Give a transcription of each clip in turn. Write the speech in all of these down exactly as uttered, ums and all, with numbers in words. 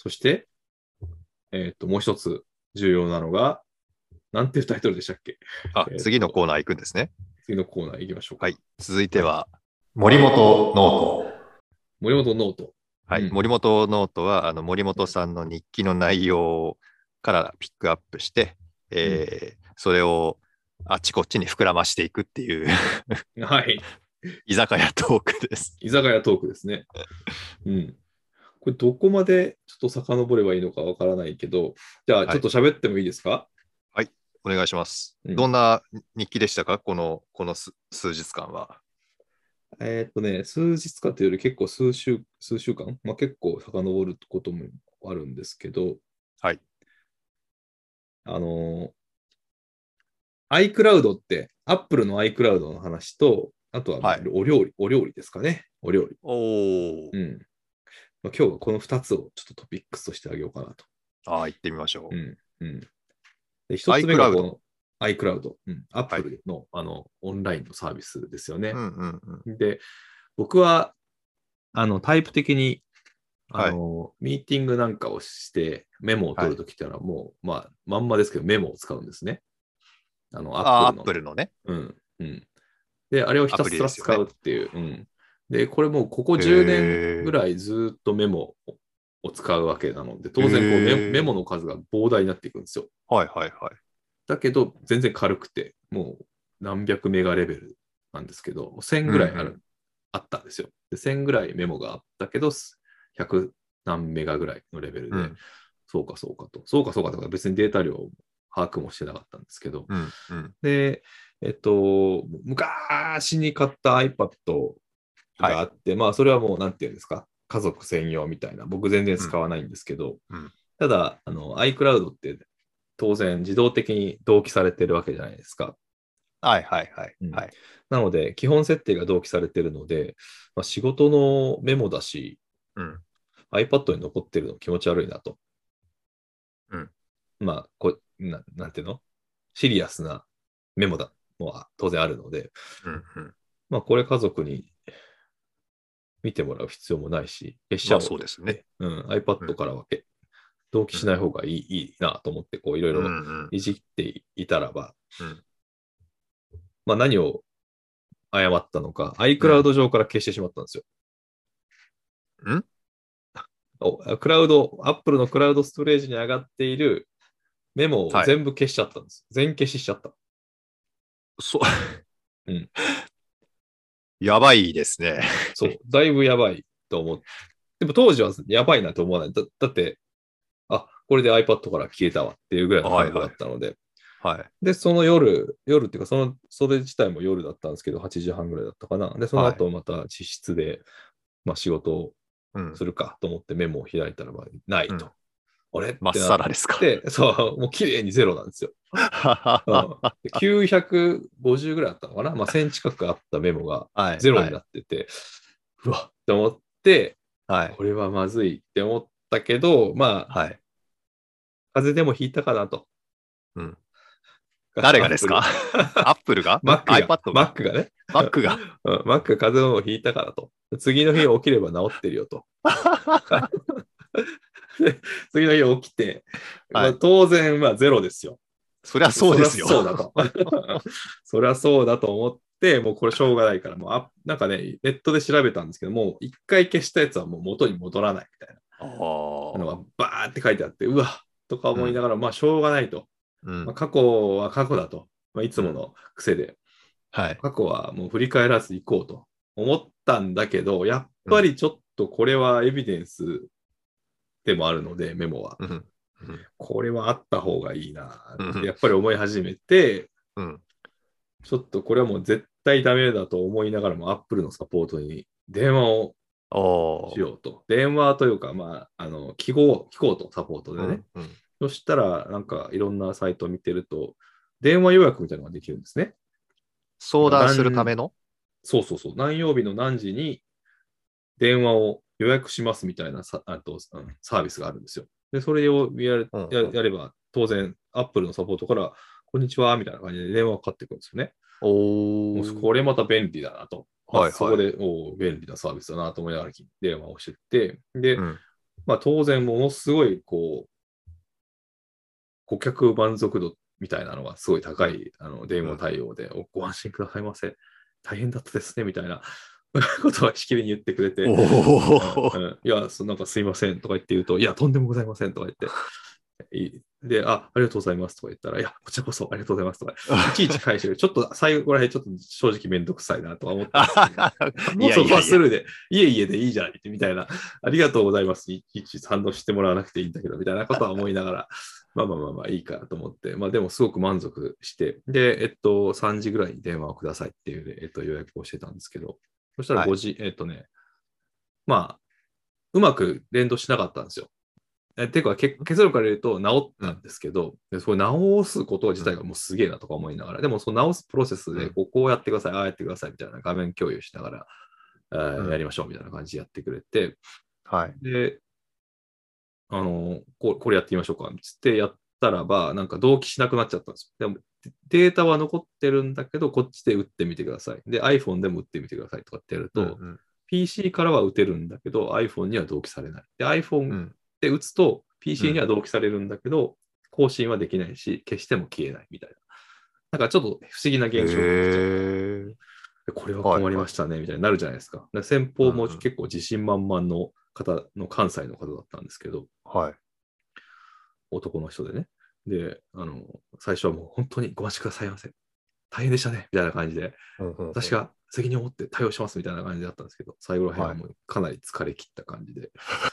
そして、えっと、もう一つ重要なのが、なんていうタイトルでしたっけ？ あ、 えー次のコーナー行くんですね。 次のコーナー行きましょうか。 はい。続いては、森本ノート。 森本ノート。 はい。 うん森本ノートは、あの、森本さんの日記の内容からピックアップして、えーそれをあっちこっちに膨らましていくっていうはい。 居酒屋トークです。 居酒屋トークですね。うん。これどこまでちょっと遡ればいいのかわからないけど、じゃあちはい。 ょっと喋ってもいいですか？ はい。お願いします。 うん。 どんな日記でしたか、この、この数数日間は。 えーっとね、数日かというより結構数週、数週間、まあ、結構遡ることもあるんですけど、 はい。 あの、iCloud って、Apple の iCloud の話と、あとはまあはい。 お料理、お料理ですかね。お料理。 おー。 うん。まあ、今日はこのふたつをちょっとトピックスとしてあげようかなと。 ああ、行ってみましょうん。うん。で、 う。 一つ目がこ iCloud。 の iCloud、うん、 はい。 Apple のあのオンラインのサービスですよね。 うんうんうん。 で、僕はあのタイプ的にあはい。 のミーティングなんかをしてメモを取るはい。 ときっていうのはもう、まあ、まんまですけどメモを使うんですね。あの、 ああ、 Apple の。 Apple のね、 うん。うん。で、あれをひアプリたすら使ですよね。 うっていう。うん。で、これもうここへじゅうねんぐえ。 らいずっとメモを使うわけなので、 へ当然こうメメモえ。 の数が膨大になっていくんですよ。 はいはいはい。 だけど、全然軽くて、もう何百メガレベルなんですけど、せんうんうぐらいある、 ん。 あったんですよ。で、せんぐらいメモがあったけど、ひゃく何メガぐらいのレベルで、 うんそうかそうかと、そうかそうかとか別にデータ量把握もしてなかったんですけど、 うんうん。 で、えっと、昔に買った iPad はい。 があって、まあ、それはもう、なんていうんですか、家族専用みたいな、僕全然うん使わないんですけど、 うんただ、あの、iCloud って当然自動的に同期されてるわけじゃないですか。 はいはいはいうん、 はい。 なので、基本設定が同期されてるので、まあ、仕事のメモだし、 うん iPad に残ってるの気持ち悪いなと。 うんまあ、こななんていうのシリアスなメモだのは当然あるので、 うんうん。 まあ、これ家族に見てもらう必要もないし、消しちまあゃおうそうですね。 と思って、うん、 う iPad んからはけ同期うんしない方がいいいいなと思って、こういろいうんろうんいじっていたらば、 うんまあ、何を誤ったのか、 うん。 iCloud 上から消してしまったんですよ。 うん。 おクラウド、Apple のクラウドストレージに上がっているメモをはい。 全部消しちゃったんです。全消ししちゃった。 そ、 うん。 やばいですね。 そう。だいぶやばいと思って。でも当時はやばいなと思わない。だだって、あ、これで iPad から消えたわっていうぐらいの感覚だはいはい。 ったので。 はい。 で、その夜、夜っていうか、その、それ自体も夜だったんですけど、はちじはんぐらいだったかな。で、そのはい。 後また自室で、まあ仕事をうん。 するかと思ってメモを開いたらば、ないと。 うん。 あれっまってなっさらですか。 て、そう、もう綺麗にゼロなんですよ。うん、きゅうひゃくごじゅうぐらいあったのかな、まあ、せん近くあったメモがはいはい。 ゼロになってて、うわっって思って、 はい。 これはまずいって思ったけど、まあ、 はい。 風邪でもひいたかなと。 うん。誰がですか？ アップル。 アップルがん Mac が、 ?iPad が Mac がね。 ?Mac がうん Mac が風邪でもひいたからと。次の日起きれば治ってるよと。次の日起きて、まあ、 はい。 当然、まあ、ゼロですよ。 そりゃそうそりゃですよ。 そうだと。そりゃそうだと思って、もうこれしょうがないから、もうあなんかね、ネットで調べたんですけど、もう一回消したやつはもう元に戻らないみたいあなのがあ。 バーって書いてあって、うわとかうん。 思いながら、まあしょうがないと。まあ、 うん。 過去は過去だと。まあ、いつうん。 もの癖で、 はい。 過去はもう振り返らず行こうと思ったんだけど、やっうん。 ぱりちょっとこれはエビデンスでもあるので、メモは。 うん。うん。 これはあった方がいいなってうん。 やっぱり思い始めて、 うん。 ちょっとこれはもう絶対ダメだと思いながらも、Apple のサポートに電話をしおー。 ようと。電話というか、まあ、あの、聞こう、聞こうと、サポートでね。 うん。うん。 そしたら、なんかいろんなサイトを見てると、電話予約みたいなのができるんですね。 相談するためなんのそうそうそう、何曜日の何時に電話を予約しますみたいなさあとうんサービスがあるんですよ。で、それをやるうんうん。 ややれば、当然、Apple のサポートから、こんにちは、みたいな感じで電話がかかってくるんですよね。もうおー。 これまた便利だなと。まはいはい。 ずそこで、お便利なサービスだなと思いながら電話をしてて、で、 うん。 まあ当然ものすごいこう、顧客満足度みたいなのがすごい高い、あの電話対応で、おご安心くださいませ。大変だったですね、みたいなことはしきりに言ってくれて、 おうんお、 うんいや、そなんかすいませんとか言って言うと、いや、とんでもございませんとか言って、いで、あ、ありがとうございますとか言ったら、いや、こちらこそありがとうございますとか、いちいち返してくる。ちょっと最後らへん、ちょっと正直めんどくさいなとは思ったんですけど、 いもうそこやいやいや。 はスルーで、いえいえでいいじゃないみたいな、ありがとうございます。いちいち賛同してもらわなくていいんだけど、みたいなことは思いながら、まあまあまあまあいいかと思って、まあでもすごく満足して、で、えっと、さんじぐらいに電話をくださいっていう、えっと、予約をしてたんですけど、そしたらはいごじ、えっとね、まあ、うまく連動しなかったんですよ。えていうか、け結論から言うと治ったんですけど、でそれ治すこと自体がもうすげえなとか思いながら、でもその治すプロセスで、 うんこうこうやってください、ああやってくださいみたいな画面共有しながら、えーうんやりましょうみたいな感じでやってくれて、 はい。 で、あの、ここれやってみましょうか、つってやったらば、なんか同期しなくなっちゃったんですよ。でもデータは残ってるんだけど、こっちで打ってみてください。で、iPhone でも打ってみてくださいとかってやると、 うんうんピーシー からは打てるんだけど、iPhone には同期されない。で、 う iPhone んで打つと、 うピーシー にんは同期されるんだけど、更新はできないし、消しても消えないみたいな。なんかちょっと不思議なへ現象が起きちゃって、 え。 でこれははいはい。 困りましたね、みたいになるじゃないですか。で先方もうんうん。 結構自信満々の方の関西の方だったんですけど、 はい。 男の人でね。で、あの、最初はもう本当にご待ちくださいませ。大変でしたね、みたいな感じで、 うんうんうん私が責任を持って対応しますみたいな感じだったんですけど、最後ら辺ははい。 もうかなり疲れ切った感じで。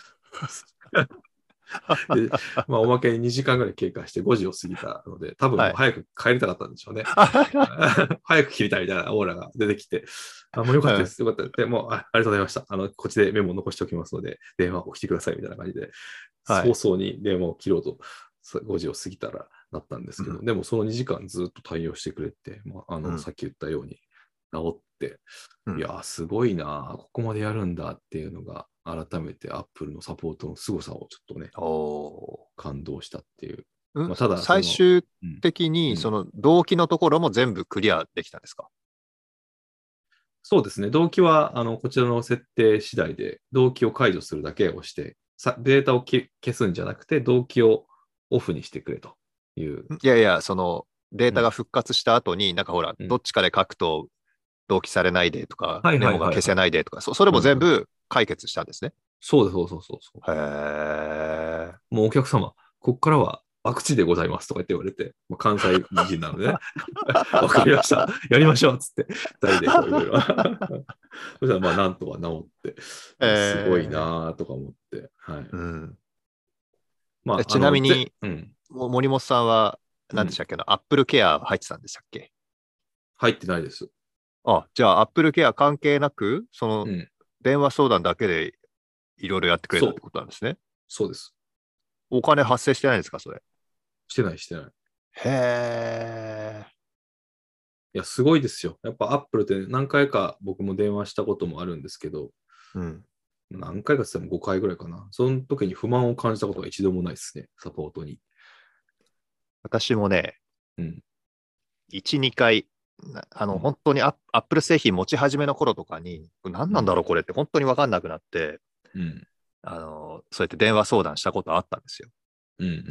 で、まあ、おまけににじかんぐらい経過してごじを過ぎたので、多分はい。 もう早く帰りたかったんでしょうね。早く切りたいみたいなオーラが出てきて、あ、もうよかったです。よかったです。でもうあ、ありがとうございました。あの、こっちでメモを残しておきますので、電話を来てくださいみたいな感じで、早はい。 々に電話を切ろうと、ごじを過ぎたらなったんですけど、 うん。 でもそのにじかんずっと対応してくれて、まあ、あの、 うん。 さっき言ったように治って、 うん。 いやー、すごいなー、ここまでやるんだっていうのが、改めて Apple のサポートの凄さをちょっとね、 お感動したっていう。 ー。んまあ、ただ、その、 最終うん、 的に、そうん、 の動機のところも全部クリアできたんですか？ そうですね、動機はあのこちらの設定次第で、動機を解除するだけをして、さデータを消すんじゃなくて、動機をオフにしてくれという。 いやいや、そのデーうん、 タが復活した後に、なんかほら、 うん、 どっちかで書くと同期されないでとか、 はいメモが消はいはいはい。 せないでとか、そそれもうんうん、 全部解決したんですね。 そうです、そうそうそうそへえ。 う。もうお客様、ここからは博打でございますとかって言われて、まあ、関西人なのでね、わかりました、やりましょうっつって、ふたりでこういろいろ。そしたらまあなんとか治って、いやすごいえなとか思って、はい。 ー、うん。えまあ、あちなみの、ぜ、 に、 うん、 も森本さんは、 うん、 何でしたっけな、アップルケア入ってたんでしたっけ？ 入ってないです。 あ、じゃあ、アップルケア関係なく、その、 うん、 電話相談だけでいろいろやってくれたってそう、 ことなんですね。 そうです。 お金発生してないんですか、それ？ してない、してない。 へえ。 いや、すごいですよ。やっぱ Apple って何回か僕も電話したこともあるんですけど、 うん。 何回かって言ってもごかいぐらいかな。その時に不満を感じたことが一度もないですね、サポートに。 私もね、 うん、 いち、にかい、なあの、 うん、 本当にアッアップル製品持ち始めの頃とかに、何うん、 なんだろう、これって本当に分かんなくなって、 うん、 あの、そうやって電話相談したことあったんですよ。 うん、うん、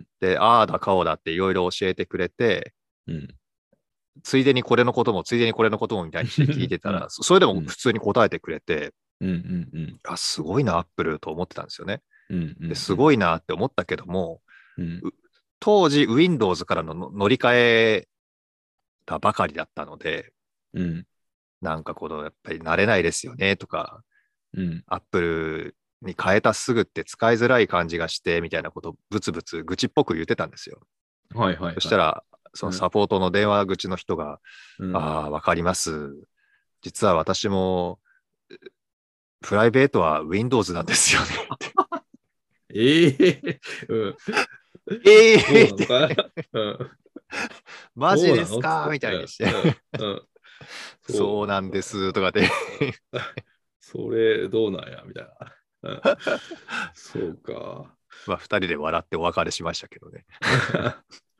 で、ああだこうだっていろいろ教えてくれて、 うん、 ついでにこれのことも、ついでにこれのこともみたいにして聞いてたら、そそれでうん、 も普通に答えてくれて、 うん、うん、うん、 あ、すごいな、アップルと思ってたんですよね。 うん、うで、 ん、 すごいなって思ったけども、 うん、 う当時 Windows からのの乗り換えたばかりだったので、 うん、 なんかこの、やっぱり慣れないですよねとか、 うん、 アップルに変えたすぐって使いづらい感じがして、みたいなことをブツブツ愚痴っぽく言ってたんですよ。 はいはいはい。 そしたら、そのうん、 サポートの電話口の人が、 うん、 ああ、わかります。実は私も、プライベートは Windows なんですよねって。 ええうん、 えそうえー、って、 なのかうん、 マジそうなですかのつって。 みたいにして、 うん、うん、そうそうなんでなのか。 すとかで、 うん、それどうなんやみたいな。うん、そうか。 まあ、二人で笑ってお別れしましたけどね。